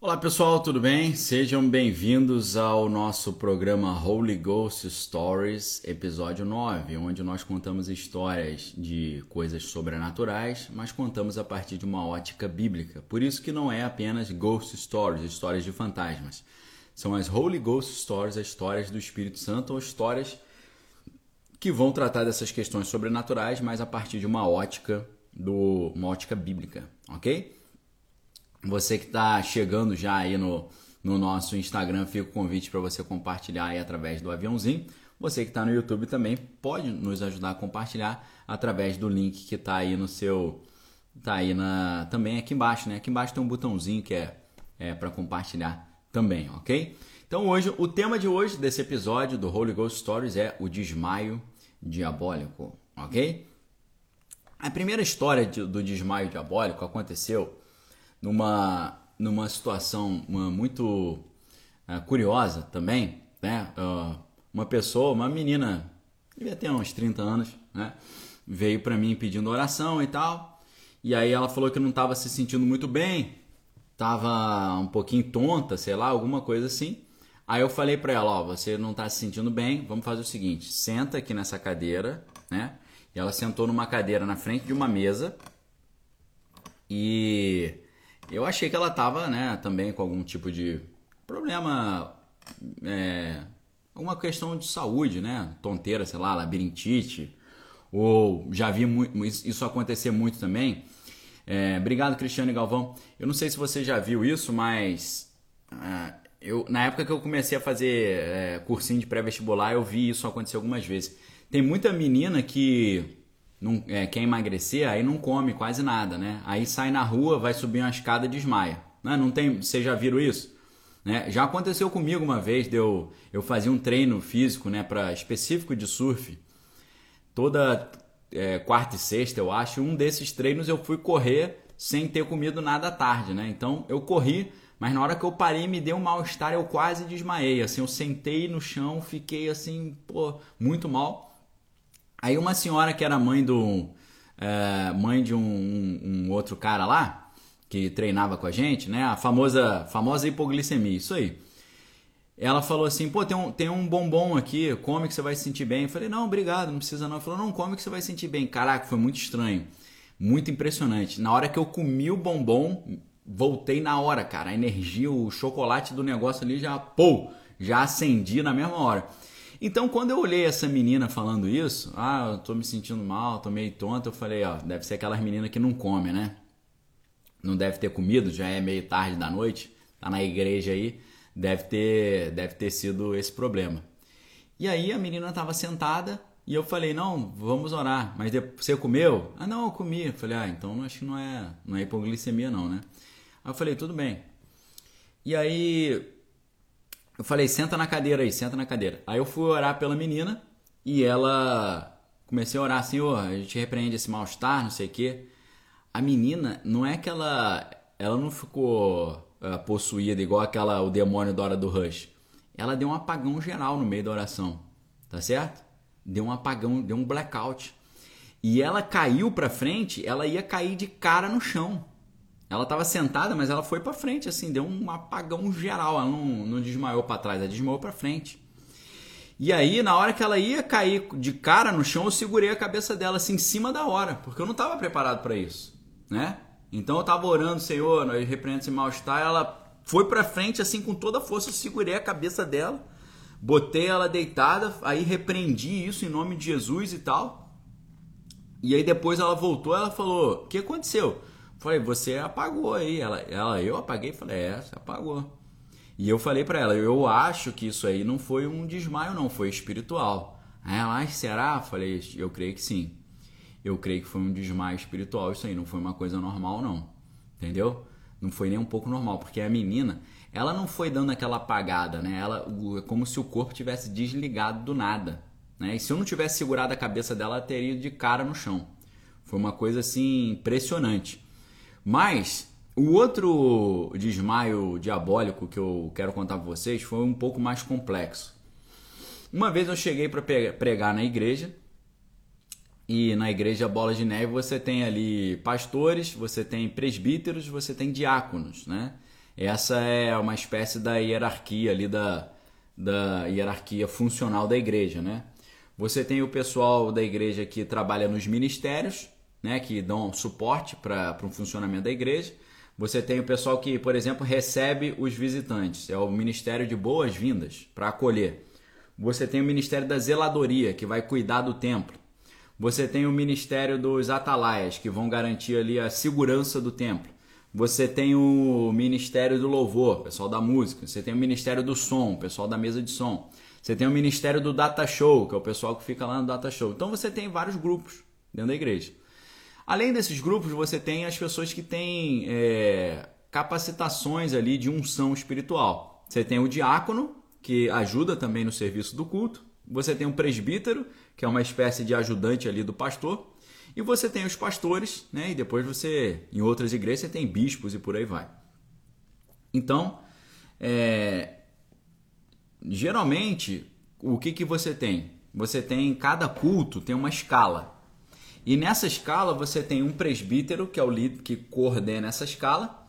Olá pessoal, tudo bem? Sejam bem-vindos ao nosso programa Holy Ghost Stories, episódio 9, onde nós contamos histórias de coisas sobrenaturais, mas contamos a partir de uma ótica bíblica. Por isso que não é apenas Ghost Stories, histórias de fantasmas. São as Holy Ghost Stories, as histórias do Espírito Santo, ou histórias que vão tratar dessas questões sobrenaturais, mas a partir de uma ótica bíblica, ok? Você que está chegando já aí no nosso Instagram, fica o convite para você compartilhar aí através do aviãozinho. Você que está no YouTube também pode nos ajudar a compartilhar através do link que está aí no seu... Está aí também aqui embaixo, né? Aqui embaixo tem um botãozinho que é para compartilhar também, ok? Então hoje, o tema de hoje, desse episódio do Holy Ghost Stories é o desmaio diabólico, ok? A primeira história do desmaio diabólico aconteceu numa situação muito curiosa também, né? Uma menina, devia ter uns 30 anos, né? Veio para mim pedindo oração e tal, e aí ela falou que não estava se sentindo muito bem, estava um pouquinho tonta, sei lá, alguma coisa assim. Aí eu falei para ela, você não está se sentindo bem, vamos fazer o seguinte, senta aqui nessa cadeira, né? E ela sentou numa cadeira na frente de uma mesa e... eu achei que ela estava, né, também com algum tipo de problema, alguma questão de saúde, né, tonteira, sei lá, labirintite, ou já vi isso acontecer muito também. Obrigado, Cristiano e Galvão. Eu não sei se você já viu isso, mas na época que eu comecei a fazer cursinho de pré-vestibular, eu vi isso acontecer algumas vezes. Tem muita menina que... não, quer emagrecer, aí não come quase nada, né? Aí sai na rua, vai subir uma escada e desmaia. Né? Não tem, vocês já viram isso? Né? Já aconteceu comigo uma vez, eu fazia um treino físico, né, específico de surf, toda quarta e sexta, eu acho. Um desses treinos eu fui correr sem ter comido nada à tarde, né? Então eu corri, mas na hora que eu parei me deu um mal-estar, eu quase desmaiei. Assim, eu sentei no chão, fiquei assim, muito mal. Aí uma senhora que era mãe de um outro cara lá, que treinava com a gente, né? A famosa hipoglicemia, isso aí. Ela falou assim, tem um bombom aqui, come que você vai se sentir bem. Eu falei, não, obrigado, não precisa não. Ela falou, não, come que você vai se sentir bem. Caraca, foi muito estranho, muito impressionante. Na hora que eu comi o bombom, voltei na hora, cara. A energia, o chocolate do negócio ali já acendi na mesma hora. Então, quando eu olhei essa menina falando isso, eu tô me sentindo mal, tô meio tonta, eu falei, deve ser aquelas meninas que não comem, né? Não deve ter comido, já é meio tarde da noite, tá na igreja aí, deve ter sido esse problema. E aí a menina tava sentada e eu falei, não, vamos orar, mas você comeu? Ah, não, eu comi. Eu falei, então acho que não é hipoglicemia não, né? Aí eu falei, tudo bem. E aí... eu falei, senta na cadeira aí, senta na cadeira. Aí eu fui orar pela menina e ela... comecei a orar, Senhor, a gente repreende esse mal-estar, não sei o quê. A menina, não é que ela não ficou possuída igual o demônio da hora do Rush. Ela deu um apagão geral no meio da oração, tá certo? Deu um apagão, deu um blackout. E ela caiu pra frente, ela ia cair de cara no chão. Ela estava sentada, mas ela foi para frente, assim, deu um apagão geral. Ela não desmaiou para trás, ela desmaiou para frente. E aí, na hora que ela ia cair de cara no chão, eu segurei a cabeça dela assim em cima da hora, porque eu não estava preparado para isso, né? Então eu estava orando, Senhor, eu repreendo esse mal-estar. Ela foi para frente assim com toda a força, eu segurei a cabeça dela, botei ela deitada, aí repreendi isso em nome de Jesus e tal. E aí depois ela voltou, ela falou: "O que aconteceu?" Falei, você apagou aí. Eu apaguei? Falei, você apagou. E eu falei pra ela, eu acho que isso aí não foi um desmaio não, foi espiritual. Aí ela, será? Falei, eu creio que sim. Eu creio que foi um desmaio espiritual isso aí, não foi uma coisa normal não. Entendeu? Não foi nem um pouco normal, porque a menina, ela não foi dando aquela apagada, né? É como se o corpo tivesse desligado do nada, né? E se eu não tivesse segurado a cabeça dela, ela teria ido de cara no chão. Foi uma coisa assim impressionante. Mas o outro desmaio diabólico que eu quero contar para vocês foi um pouco mais complexo. Uma vez eu cheguei para pregar na igreja, e na igreja Bola de Neve você tem ali pastores, você tem presbíteros, você tem diáconos, né? Essa é uma espécie da hierarquia ali, da hierarquia funcional da igreja, né? Você tem o pessoal da igreja que trabalha nos ministérios, né, que dão suporte para o funcionamento da igreja. Você tem o pessoal que, por exemplo, recebe os visitantes, é o ministério de boas-vindas, para acolher. Você tem o ministério da zeladoria, que vai cuidar do templo. Você tem o ministério dos atalaias, que vão garantir ali a segurança do templo. Você tem o ministério do louvor, pessoal da música. Você tem o ministério do som, pessoal da mesa de som. Você tem o ministério do data show, que é o pessoal que fica lá no data show. Então você tem vários grupos dentro da igreja. Além desses grupos, você tem as pessoas que têm capacitações ali de unção espiritual. Você tem o diácono, que ajuda também no serviço do culto. Você tem um presbítero, que é uma espécie de ajudante ali do pastor. E você tem os pastores, né? E depois você, em outras igrejas, você tem bispos e por aí vai. Então, geralmente, o que você tem? Você tem, cada culto tem uma escala. E nessa escala você tem um presbítero, que é o líder que coordena essa escala.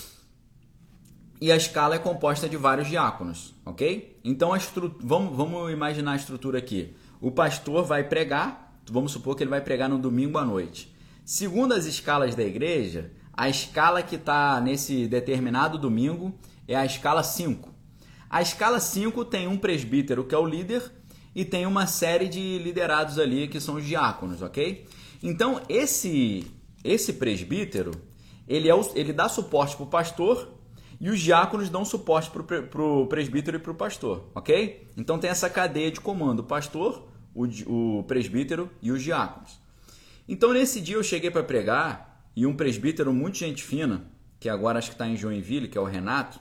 E a escala é composta de vários diáconos, ok? Então, vamos imaginar a estrutura aqui. O pastor vai pregar, vamos supor que ele vai pregar no domingo à noite. Segundo as escalas da igreja, a escala que está nesse determinado domingo é a escala 5. A escala 5 tem um presbítero, que é o líder, e tem uma série de liderados ali, que são os diáconos, ok? Então, esse presbítero, ele dá suporte para o pastor e os diáconos dão suporte para o presbítero e para o pastor, ok? Então, tem essa cadeia de comando, o pastor, o presbítero e os diáconos. Então, nesse dia eu cheguei para pregar e um presbítero muito gente fina, que agora acho que está em Joinville, que é o Renato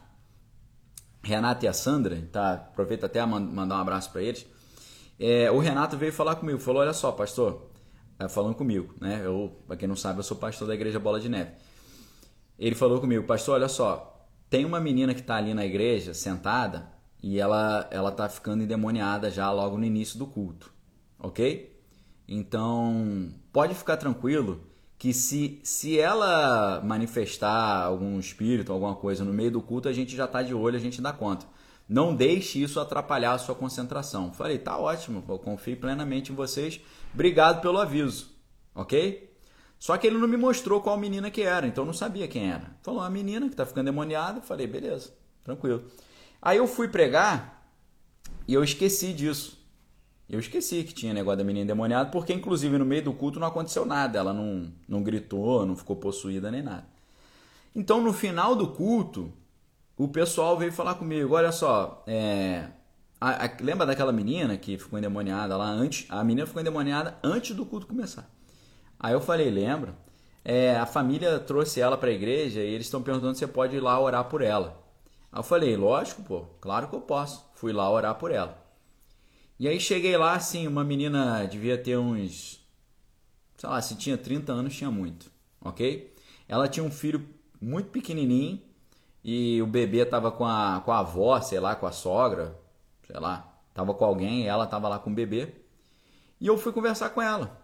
e a Sandra, tá? Aproveito até a mandar um abraço para eles. O Renato veio falar comigo, falou, olha só, pastor, falando comigo, né? Para quem não sabe, eu sou pastor da igreja Bola de Neve. Ele falou comigo, pastor, olha só, tem uma menina que está ali na igreja, sentada, e ela tá ficando endemoniada já logo no início do culto, ok? Então, pode ficar tranquilo que se ela manifestar algum espírito, alguma coisa no meio do culto, a gente já está de olho, a gente dá conta. Não deixe isso atrapalhar a sua concentração. Falei, tá ótimo, eu confio plenamente em vocês. Obrigado pelo aviso, ok? Só que ele não me mostrou qual menina que era, então eu não sabia quem era. Falou, uma menina que está ficando endemoniada. Falei, beleza, tranquilo. Aí eu fui pregar e eu esqueci disso. Eu esqueci que tinha negócio da menina endemoniada, porque inclusive no meio do culto não aconteceu nada. Ela não gritou, não ficou possuída nem nada. Então no final do culto, o pessoal veio falar comigo, olha só, lembra daquela menina que ficou endemoniada lá antes? A menina ficou endemoniada antes do culto começar. Aí eu falei, lembra? A família trouxe ela para a igreja e eles estão perguntando se você pode ir lá orar por ela. Aí eu falei, lógico, pô, claro que eu posso. Fui lá orar por ela. E aí cheguei lá, assim, uma menina devia ter uns, sei lá, se tinha 30 anos, tinha muito, ok? Ela tinha um filho muito pequenininho e o bebê tava com a avó, sei lá, com a sogra, sei lá, tava com alguém e ela tava lá com o bebê. E eu fui conversar com ela.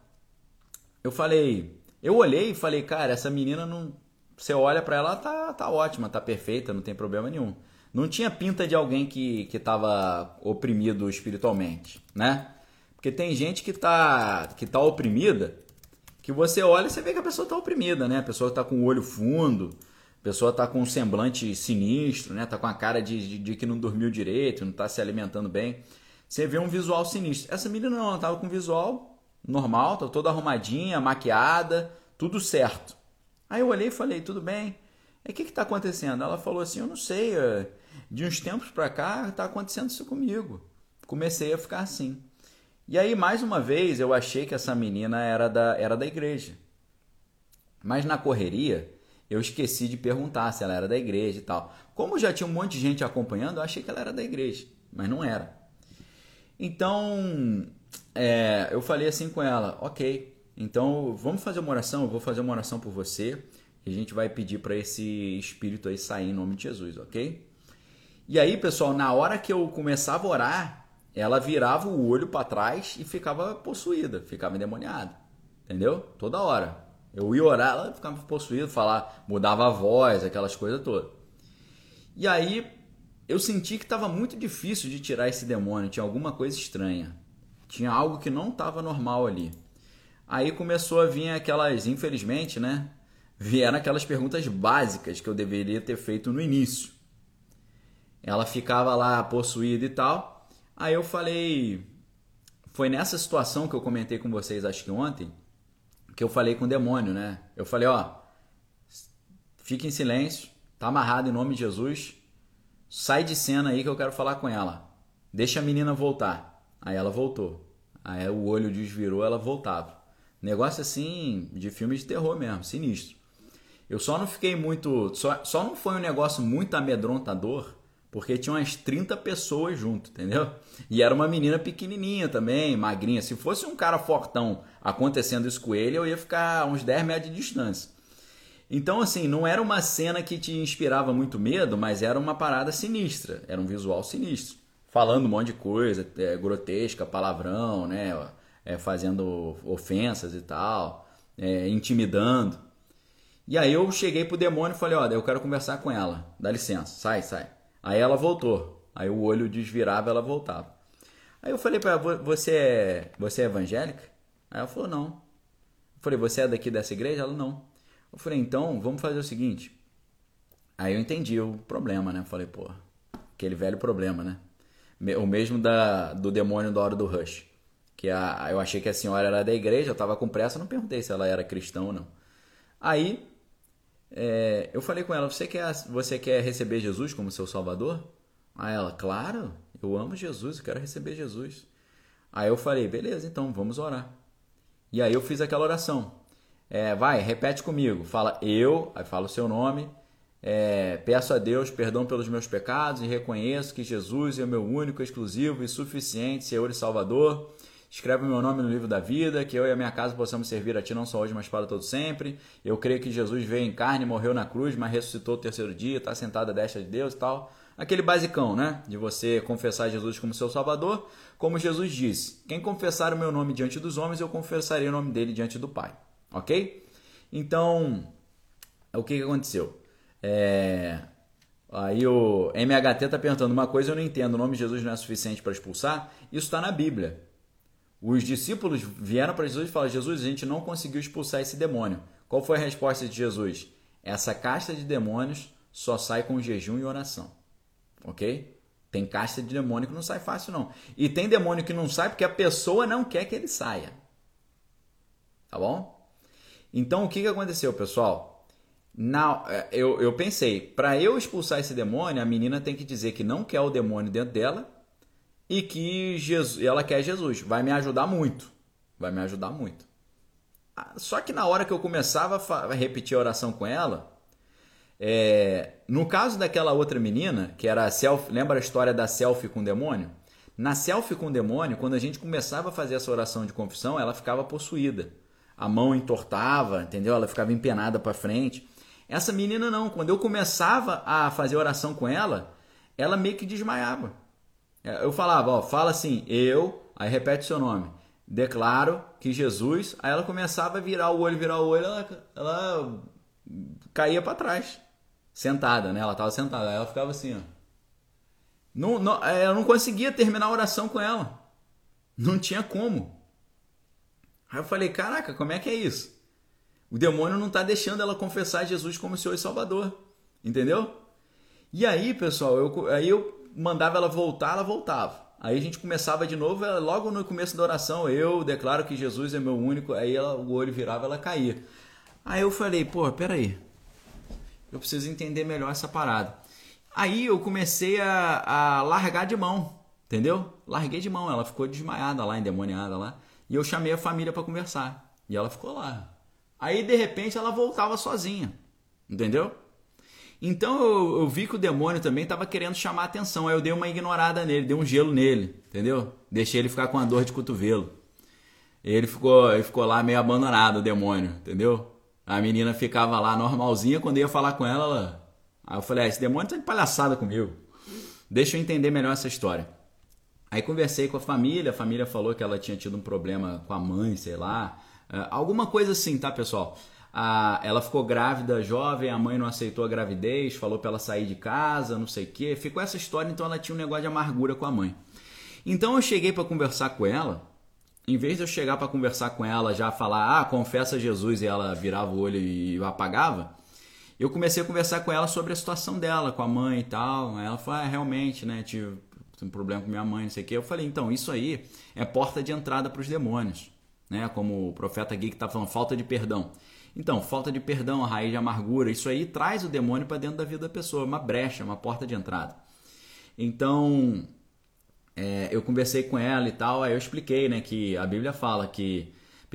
Eu olhei e falei, cara, essa menina não... Você olha pra ela, tá ótima, tá perfeita, não tem problema nenhum. Não tinha pinta de alguém que estava oprimido espiritualmente, né? Porque tem gente que tá oprimida, que você olha e você vê que a pessoa está oprimida, né? A pessoa está com o olho fundo, a pessoa está com um semblante sinistro, né? Tá com a cara de que não dormiu direito, não está se alimentando bem. Você vê um visual sinistro. Essa menina não, ela estava com um visual normal, estava toda arrumadinha, maquiada, tudo certo. Aí eu olhei e falei, tudo bem. O que está acontecendo? Ela falou assim, eu não sei, de uns tempos para cá está acontecendo isso comigo. Comecei a ficar assim. E aí, mais uma vez, eu achei que essa menina era da igreja. Mas na correria, eu esqueci de perguntar se ela era da igreja e tal. Como já tinha um monte de gente acompanhando, eu achei que ela era da igreja, mas não era. Então, eu falei assim com ela, ok, então vamos fazer uma oração, eu vou fazer uma oração por você. E a gente vai pedir para esse espírito aí sair em nome de Jesus, ok? E aí, pessoal, na hora que eu começava a orar, ela virava o olho para trás e ficava possuída, ficava endemoniada, entendeu? Toda hora. Eu ia orar, ela ficava possuída, mudava a voz, aquelas coisas todas. E aí eu senti que estava muito difícil de tirar esse demônio, tinha alguma coisa estranha. Tinha algo que não estava normal ali. Aí começou a vir aquelas, infelizmente, né? Vieram aquelas perguntas básicas que eu deveria ter feito no início. Ela ficava lá possuída e tal. Aí eu falei... Foi nessa situação que eu comentei com vocês, acho que ontem, que eu falei com o demônio, né? Eu falei, ó, fica em silêncio, tá amarrado em nome de Jesus, sai de cena aí que eu quero falar com ela. Deixa a menina voltar. Aí ela voltou. Aí o olho desvirou, ela voltava. Negócio assim, de filme de terror mesmo, sinistro. Eu só não fiquei muito... Só não foi um negócio muito amedrontador, porque tinha umas 30 pessoas junto, entendeu? E era uma menina pequenininha também, magrinha. Se fosse um cara fortão acontecendo isso com ele, eu ia ficar a uns 10 metros de distância. Então, assim, não era uma cena que te inspirava muito medo, mas era uma parada sinistra. Era um visual sinistro. Falando um monte de coisa, grotesca, palavrão, né? Fazendo ofensas e tal, intimidando. E aí eu cheguei pro demônio e falei, ó, eu quero conversar com ela. Dá licença, sai. Aí ela voltou. Aí o olho desvirava e ela voltava. Aí eu falei pra ela, você é evangélica? Aí ela falou, não. Eu falei, você é daqui dessa igreja? Ela, não. Eu falei, então, vamos fazer o seguinte. Aí eu entendi o problema, né? Eu falei, pô, aquele velho problema, né? O mesmo do demônio da hora do Rush. Que eu achei que a senhora era da igreja, eu tava com pressa, não perguntei se ela era cristã ou não. Aí, eu falei com ela, você quer receber Jesus como seu salvador? Aí ela, claro, eu amo Jesus, eu quero receber Jesus. Aí eu falei, beleza, então, vamos orar. E aí eu fiz aquela oração. Vai, repete comigo. Fala aí fala o seu nome. Peço a Deus perdão pelos meus pecados e reconheço que Jesus é o meu único, exclusivo e suficiente Senhor e Salvador. Escreve o meu nome no livro da vida, que eu e a minha casa possamos servir a Ti não só hoje, mas para todo sempre. Eu creio que Jesus veio em carne, morreu na cruz, mas ressuscitou no terceiro dia, está sentado à destra de Deus e tal. Aquele basicão, né? De você confessar Jesus como seu Salvador. Como Jesus disse, quem confessar o meu nome diante dos homens, eu confessarei o nome dele diante do Pai. Ok? Então, o que aconteceu? Aí o MHT está perguntando uma coisa, eu não entendo, o nome de Jesus não é suficiente para expulsar? Isso está na Bíblia. Os discípulos vieram para Jesus e falaram, Jesus, a gente não conseguiu expulsar esse demônio. Qual foi a resposta de Jesus? Essa casta de demônios só sai com jejum e oração. Ok? Tem casta de demônio que não sai fácil não. E tem demônio que não sai porque a pessoa não quer que ele saia. Tá bom? Então o que aconteceu, pessoal? Eu pensei, para eu expulsar esse demônio, a menina tem que dizer que não quer o demônio dentro dela e que ela quer Jesus. Vai me ajudar muito. Vai me ajudar muito. Só que na hora que eu começava a repetir a oração com ela, no caso daquela outra menina, que era a selfie, lembra a história da selfie com o demônio? Na selfie com o demônio, quando a gente começava a fazer essa oração de confissão, ela ficava possuída. A mão entortava, entendeu? Ela ficava empenada para frente. Essa menina não. Quando eu começava a fazer oração com ela, ela meio que desmaiava. Eu falava, ó, fala assim, aí repete o seu nome. Declaro que Jesus... Aí ela começava a virar o olho, ela caía para trás. Sentada, né? Ela estava sentada. Aí ela ficava assim, ó. Eu não conseguia terminar a oração com ela. Não tinha como. Aí eu falei, caraca, como é que é isso? O demônio não está deixando ela confessar Jesus como Senhor e Salvador. Entendeu? E aí, pessoal, eu mandava ela voltar, ela voltava. Aí a gente começava de novo, logo no começo da oração, eu declaro que Jesus é meu único, aí o olho virava, ela caía. Aí eu falei, pô, peraí, eu preciso entender melhor essa parada. Aí eu comecei a largar de mão, entendeu? Larguei de mão, ela ficou desmaiada lá, endemoniada lá, e eu chamei a família para conversar, e ela ficou lá. Aí de repente ela voltava sozinha, entendeu? Então eu vi que o demônio também estava querendo chamar a atenção. Aí eu dei uma ignorada nele, dei um gelo nele, entendeu? Deixei ele ficar com a dor de cotovelo. Ele ficou lá meio abandonado, o demônio, entendeu? A menina ficava lá normalzinha, quando eu ia falar com ela... Aí eu falei, esse demônio tá de palhaçada comigo. Deixa eu entender melhor essa história. Aí conversei com a família falou que ela tinha tido um problema com a mãe, sei lá. Alguma coisa assim, tá, pessoal? ela ficou grávida jovem, a mãe não aceitou a gravidez, falou para ela sair de casa, não sei o quê. Ficou essa história, então ela tinha um negócio de amargura com a mãe. Então eu cheguei para conversar com ela, em vez de eu chegar para conversar com ela, já falar, confessa Jesus, e ela virava o olho e apagava, eu comecei a conversar com ela sobre a situação dela, com a mãe e tal. Aí ela falou, realmente, né, tive um problema com minha mãe, não sei o quê. Eu falei, então, isso aí é porta de entrada para os demônios, né? Como o profeta Gui que está falando, falta de perdão. Então, falta de perdão, a raiz de amargura, isso aí traz o demônio para dentro da vida da pessoa, uma brecha, uma porta de entrada. Então, eu conversei com ela e tal, aí eu expliquei, né, que a Bíblia fala que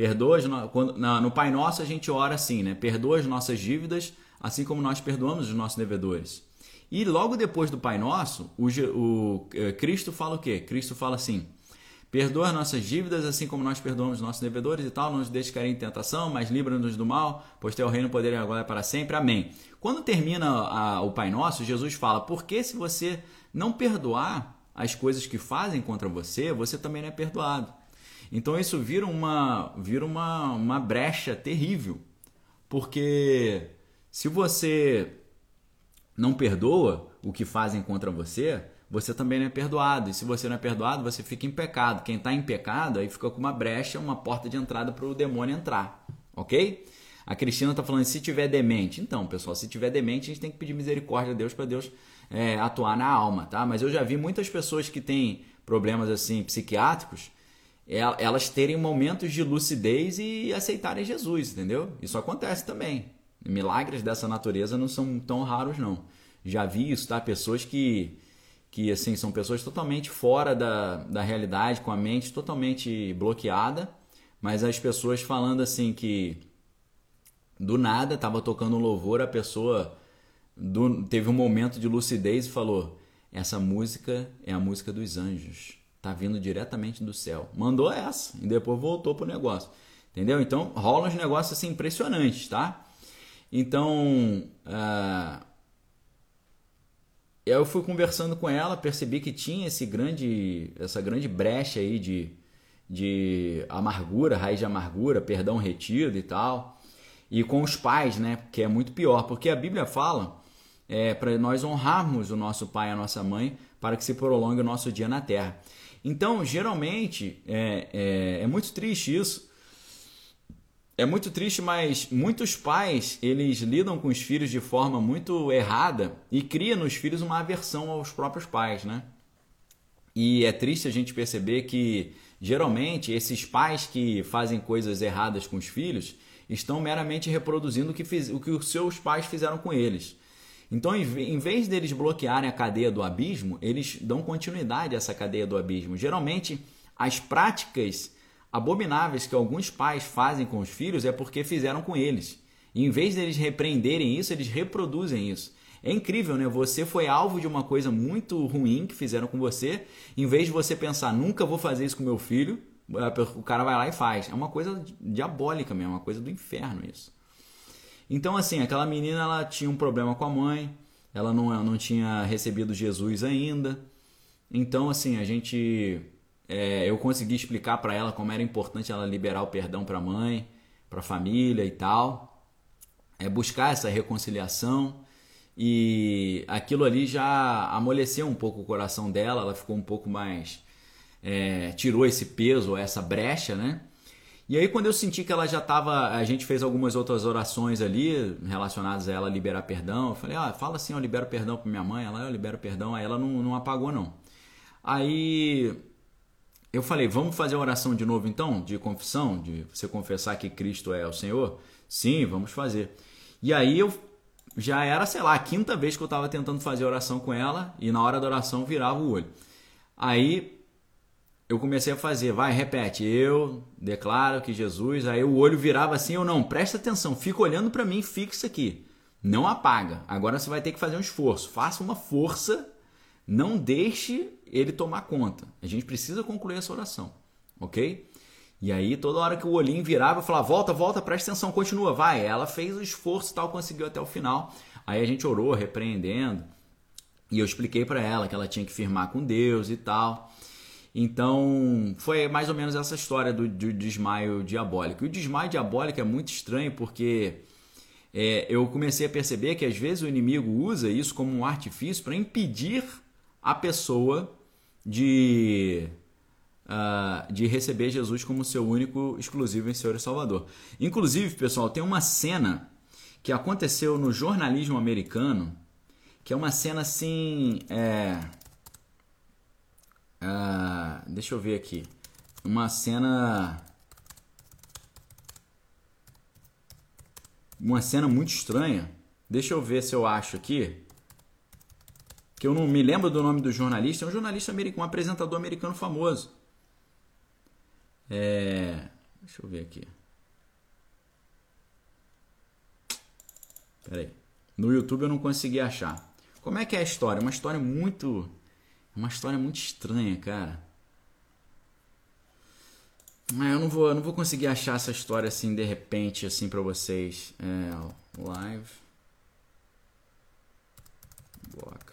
no Pai Nosso a gente ora assim, né, perdoa as nossas dívidas, assim como nós perdoamos os nossos devedores. E logo depois do Pai Nosso, Cristo fala o quê? Cristo fala assim, perdoa as nossas dívidas, assim como nós perdoamos os nossos devedores e tal, não nos deixe cair em tentação, mas livra-nos do mal, pois teu reino, poder e a glória para sempre. Amém. Quando termina o Pai Nosso, Jesus fala, porque se você não perdoar as coisas que fazem contra você, você também não é perdoado. Então isso vira uma brecha terrível, porque se você não perdoa o que fazem contra você, você também não é perdoado. E se você não é perdoado, você fica em pecado. Quem está em pecado, aí fica com uma brecha, uma porta de entrada para o demônio entrar. Ok? A Cristina está falando, se tiver demente. Então, pessoal, se tiver demente, a gente tem que pedir misericórdia a Deus para Deus atuar na alma, tá? Mas eu já vi muitas pessoas que têm problemas assim psiquiátricos, elas terem momentos de lucidez e aceitarem Jesus, entendeu? Isso acontece também. Milagres dessa natureza não são tão raros, não. Já vi isso, tá? Pessoas que assim, são pessoas totalmente fora da realidade, com a mente totalmente bloqueada, mas as pessoas falando assim que do nada estava tocando um louvor, a pessoa teve um momento de lucidez e falou, essa música é a música dos anjos, tá vindo diretamente do céu. Mandou essa e depois voltou pro negócio, entendeu? Então rola uns negócios assim impressionantes, tá? Então, eu fui conversando com ela, percebi que tinha essa grande brecha aí de amargura, raiz de amargura, perdão retido e tal. E com os pais, né? Que é muito pior, porque a Bíblia fala para nós honrarmos o nosso pai e a nossa mãe para que se prolongue o nosso dia na terra. Então, geralmente, é muito triste isso. É muito triste, mas muitos pais, eles lidam com os filhos de forma muito errada e criam nos filhos uma aversão aos próprios pais, né? E é triste a gente perceber que, geralmente, esses pais que fazem coisas erradas com os filhos estão meramente reproduzindo o que os seus pais fizeram com eles. Então, em vez deles bloquearem a cadeia do abismo, eles dão continuidade a essa cadeia do abismo. Geralmente, as práticas abomináveis que alguns pais fazem com os filhos é porque fizeram com eles. E em vez deles repreenderem isso, eles reproduzem isso. É incrível, né? Você foi alvo de uma coisa muito ruim que fizeram com você. Em vez de você pensar, nunca vou fazer isso com meu filho, o cara vai lá e faz. É uma coisa diabólica mesmo, uma coisa do inferno isso. Então, assim, aquela menina, ela tinha um problema com a mãe, ela não tinha recebido Jesus ainda. Então, assim, eu consegui explicar para ela como era importante ela liberar o perdão para a mãe, para a família e tal, buscar essa reconciliação, e aquilo ali já amoleceu um pouco o coração dela, ela ficou um pouco mais, tirou esse peso, essa brecha, né? E aí quando eu senti que ela já estava, a gente fez algumas outras orações ali relacionadas a ela liberar perdão, eu falei, fala assim, eu libero perdão para minha mãe, eu libero perdão, aí ela não apagou não. Aí eu falei, vamos fazer a oração de novo então, de confissão, de você confessar que Cristo é o Senhor? Sim, vamos fazer. E aí eu já era, sei lá, a quinta vez que eu estava tentando fazer a oração com ela e na hora da oração virava o olho. Aí eu comecei a fazer, vai, repete, eu declaro que Jesus, aí o olho virava assim, eu não, presta atenção, fica olhando para mim, fixa aqui, não apaga, agora você vai ter que fazer um esforço, faça uma força, não deixe ele tomar conta, a gente precisa concluir essa oração, ok? E aí toda hora que o olhinho virava, eu falava, volta, presta atenção, continua, vai, ela fez o esforço e tal, conseguiu até o final, aí a gente orou, repreendendo, e eu expliquei para ela que ela tinha que firmar com Deus e tal. Então, foi mais ou menos essa história do desmaio diabólico. E o desmaio diabólico é muito estranho porque eu comecei a perceber que às vezes o inimigo usa isso como um artifício para impedir a pessoa de receber Jesus como seu único, exclusivo e Senhor e Salvador. Inclusive, pessoal, tem uma cena que aconteceu no jornalismo americano, que é uma cena assim... deixa eu ver aqui. Uma cena muito estranha. Deixa eu ver se eu acho aqui. Que eu não me lembro do nome do jornalista. É um jornalista americano, um apresentador americano famoso. Deixa eu ver aqui. Peraí. No YouTube eu não consegui achar. Como é que é a história? Uma história muito estranha, cara. Eu não vou conseguir achar essa história assim de repente assim para vocês. Live block.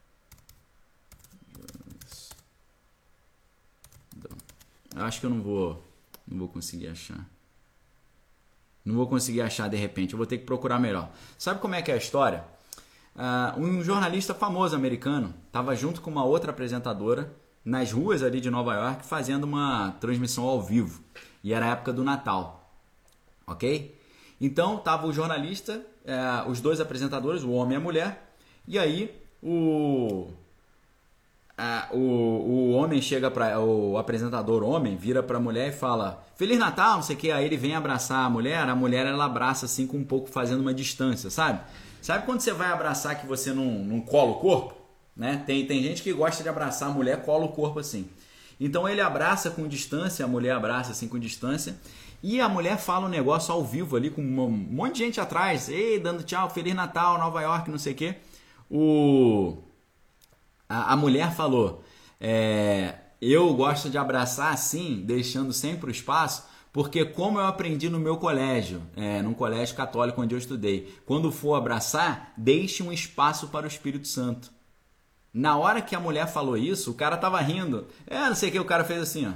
Acho que eu não vou conseguir achar. Não vou conseguir achar de repente. Eu vou ter que procurar melhor. Sabe como é que é a história? Um jornalista famoso americano estava junto com uma outra apresentadora nas ruas ali de Nova York fazendo uma transmissão ao vivo. E era a época do Natal. Ok? Então tava o jornalista, os dois apresentadores, o homem e a mulher. E aí o homem chega para o apresentador homem, vira para a mulher e fala: Feliz Natal, não sei o que. Aí ele vem abraçar a mulher ela abraça assim com um pouco fazendo uma distância, sabe? Sabe quando você vai abraçar que você não cola o corpo? Né? Tem gente que gosta de abraçar a mulher, cola o corpo assim. Então ele abraça com distância, a mulher abraça assim com distância, e a mulher fala um negócio ao vivo ali com um monte de gente atrás, dando tchau, Feliz Natal, Nova York, não sei o que. A mulher falou: eu gosto de abraçar assim, deixando sempre o espaço, porque como eu aprendi no meu colégio, num colégio católico onde eu estudei, quando for abraçar, deixe um espaço para o Espírito Santo. Na hora que a mulher falou isso, o cara tava rindo. Não sei o que, o cara fez assim, ó.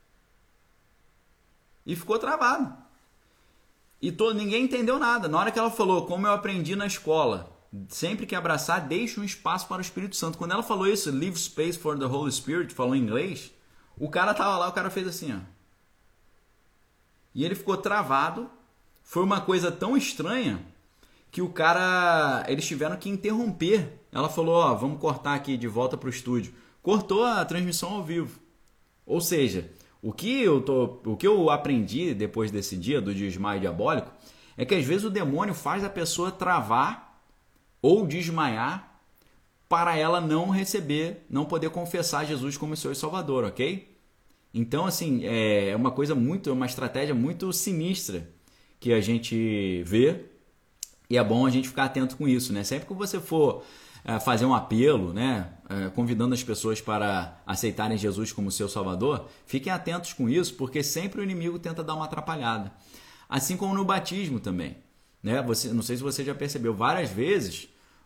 E ficou travado. E ninguém entendeu nada. Na hora que ela falou, como eu aprendi na escola, sempre que abraçar, deixe um espaço para o Espírito Santo. Quando ela falou isso, leave space for the Holy Spirit, falou em inglês, o cara tava lá, o cara fez assim, ó. E ele ficou travado. Foi uma coisa tão estranha que eles tiveram que interromper. Ela falou: vamos cortar aqui de volta para o estúdio. Cortou a transmissão ao vivo. Ou seja, o que eu aprendi depois desse dia, do desmaio diabólico, é que às vezes o demônio faz a pessoa travar ou desmaiar para ela não receber, não poder confessar Jesus como Senhor e Salvador, ok? Então, assim, é uma estratégia muito sinistra que a gente vê, e é bom a gente ficar atento com isso, né? Sempre que você for fazer um apelo, né, convidando as pessoas para aceitarem Jesus como seu Salvador, fiquem atentos com isso, porque sempre o inimigo tenta dar uma atrapalhada. Assim como no batismo também, né? Não sei se você já percebeu, várias vezes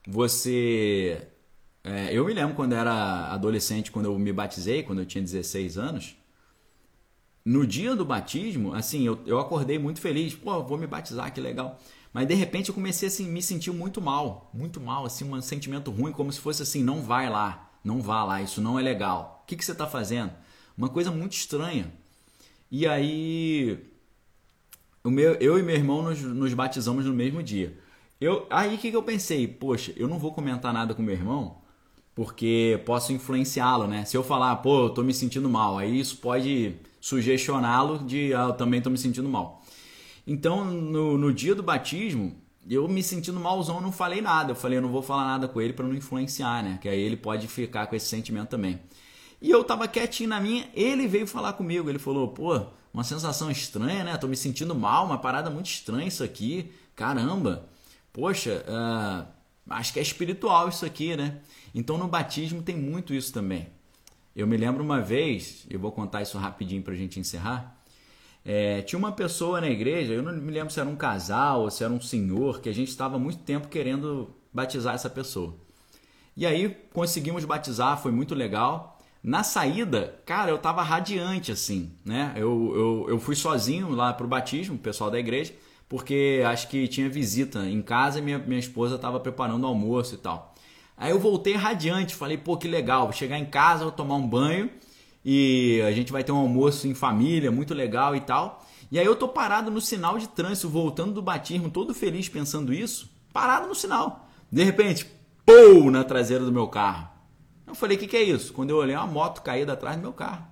eu me lembro quando era adolescente, quando eu me batizei, quando eu tinha 16 anos, no dia do batismo, assim, eu acordei muito feliz, vou me batizar, que legal. Mas de repente eu comecei a me sentir muito mal, assim, um sentimento ruim, como se fosse assim: não vai lá, não vá lá, isso não é legal. O que você está fazendo? Uma coisa muito estranha. E aí, eu e meu irmão nos batizamos no mesmo dia. Aí o que eu pensei? Poxa, eu não vou comentar nada com meu irmão, porque posso influenciá-lo, né? Se eu falar, eu tô me sentindo mal, aí isso pode sugestioná-lo de, eu também tô me sentindo mal. Então, no dia do batismo, eu me sentindo malzão, não falei nada. Eu falei, eu não vou falar nada com ele para não influenciar, né? Que aí ele pode ficar com esse sentimento também. E eu tava quietinho na minha, ele veio falar comigo. Ele falou: uma sensação estranha, né? Tô me sentindo mal, uma parada muito estranha isso aqui. Caramba, poxa, acho que é espiritual isso aqui, né? Então, no batismo tem muito isso também. Eu me lembro uma vez, eu vou contar isso rapidinho pra gente encerrar. Tinha uma pessoa na igreja, eu não me lembro se era um casal ou se era um senhor, que a gente estava há muito tempo querendo batizar essa pessoa. E aí conseguimos batizar, foi muito legal. Na saída, cara, eu tava radiante assim, né? Eu fui sozinho lá pro batismo, o pessoal da igreja, porque acho que tinha visita em casa e minha esposa estava preparando o almoço e tal. Aí eu voltei radiante, falei, pô, que legal, vou chegar em casa, vou tomar um banho e a gente vai ter um almoço em família, muito legal e tal. E aí eu tô parado no sinal de trânsito, voltando do batismo, todo feliz pensando isso, parado no sinal. De repente, pô, na traseira do meu carro. Eu falei, o que é isso? Quando eu olhei, uma moto caída atrás do meu carro.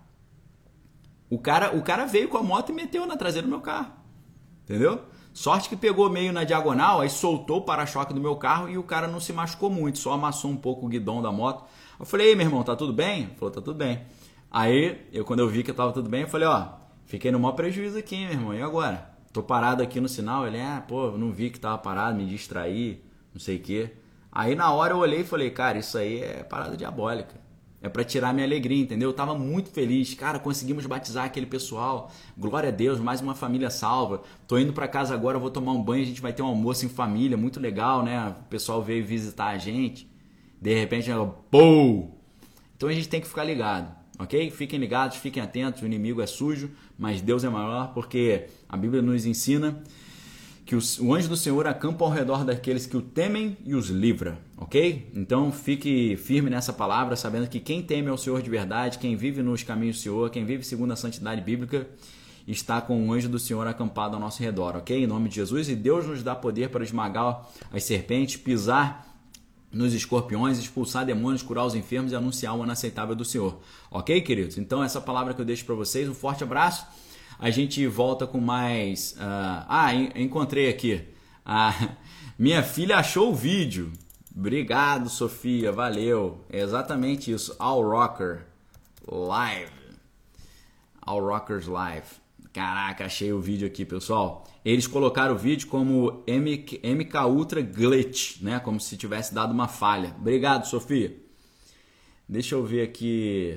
O cara veio com a moto e meteu na traseira do meu carro. Entendeu? Sorte que pegou meio na diagonal, aí soltou o para-choque do meu carro e o cara não se machucou muito, só amassou um pouco o guidão da moto. Eu falei, ei, meu irmão, tá tudo bem? Ele falou, tá tudo bem. Aí, quando eu vi que tava tudo bem, eu falei, ó, fiquei no maior prejuízo aqui, meu irmão, e agora? Tô parado aqui no sinal. Ele, pô, eu não vi que tava parado, me distraí, não sei o quê. Aí na hora eu olhei e falei, cara, isso aí é parada diabólica. É pra tirar minha alegria, entendeu? Eu tava muito feliz. Cara, conseguimos batizar aquele pessoal. Glória a Deus, mais uma família salva. Tô indo pra casa agora, vou tomar um banho, a gente vai ter um almoço em família, muito legal, né? O pessoal veio visitar a gente. De repente, pô! Então a gente tem que ficar ligado, ok? Fiquem ligados, fiquem atentos, o inimigo é sujo, mas Deus é maior, porque a Bíblia nos ensina que o anjo do Senhor acampa ao redor daqueles que o temem e os livra, ok? Então fique firme nessa palavra, sabendo que quem teme ao Senhor de verdade, quem vive nos caminhos do Senhor, quem vive segundo a santidade bíblica, está com o anjo do Senhor acampado ao nosso redor, ok? Em nome de Jesus, e Deus nos dá poder para esmagar as serpentes, pisar nos escorpiões, expulsar demônios, curar os enfermos e anunciar o ano aceitável do Senhor, ok, queridos? Então essa palavra que eu deixo para vocês, um forte abraço. A gente volta com mais... encontrei aqui. Minha filha achou o vídeo. Obrigado, Sofia. Valeu. É exatamente isso. All Rocker Live. All Rockers Live. Caraca, achei o vídeo aqui, pessoal. Eles colocaram o vídeo como MK Ultra Glitch, né? Como se tivesse dado uma falha. Obrigado, Sofia. Deixa eu ver aqui.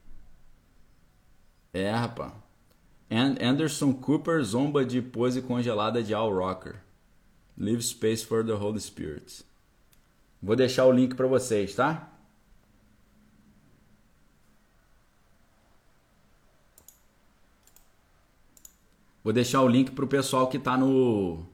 Rapaz. Anderson Cooper zomba de pose congelada de All Rocker. Leave space for the Holy Spirit. Vou deixar o link para vocês, tá? Vou deixar o link para o pessoal que tá no...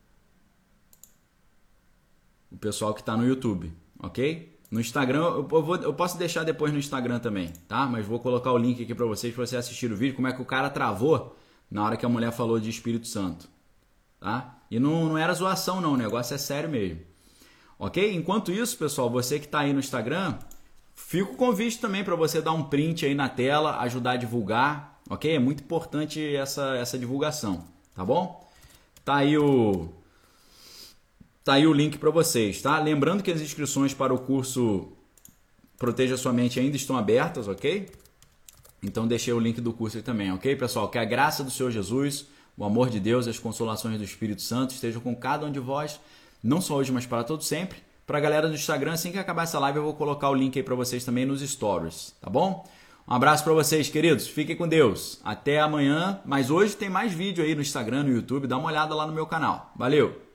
O pessoal que tá no YouTube, ok? No Instagram, eu posso deixar depois no Instagram também, tá? Mas vou colocar o link aqui para vocês assistirem o vídeo, como é que o cara travou na hora que a mulher falou de Espírito Santo, tá? E não era zoação não, o negócio é sério mesmo, ok? Enquanto isso, pessoal, você que tá aí no Instagram, fica o convite também para você dar um print aí na tela, ajudar a divulgar, ok? É muito importante essa divulgação, tá bom? Tá aí o link para vocês, tá? Lembrando que as inscrições para o curso Proteja Sua Mente ainda estão abertas, ok? Então deixei o link do curso aí também, ok, pessoal? Que a graça do Senhor Jesus, o amor de Deus e as consolações do Espírito Santo estejam com cada um de vós, não só hoje, mas para todo sempre. Para a galera do Instagram, assim que acabar essa live, eu vou colocar o link aí para vocês também nos stories, tá bom? Um abraço para vocês, queridos. Fiquem com Deus. Até amanhã. Mas hoje tem mais vídeo aí no Instagram, no YouTube. Dá uma olhada lá no meu canal. Valeu!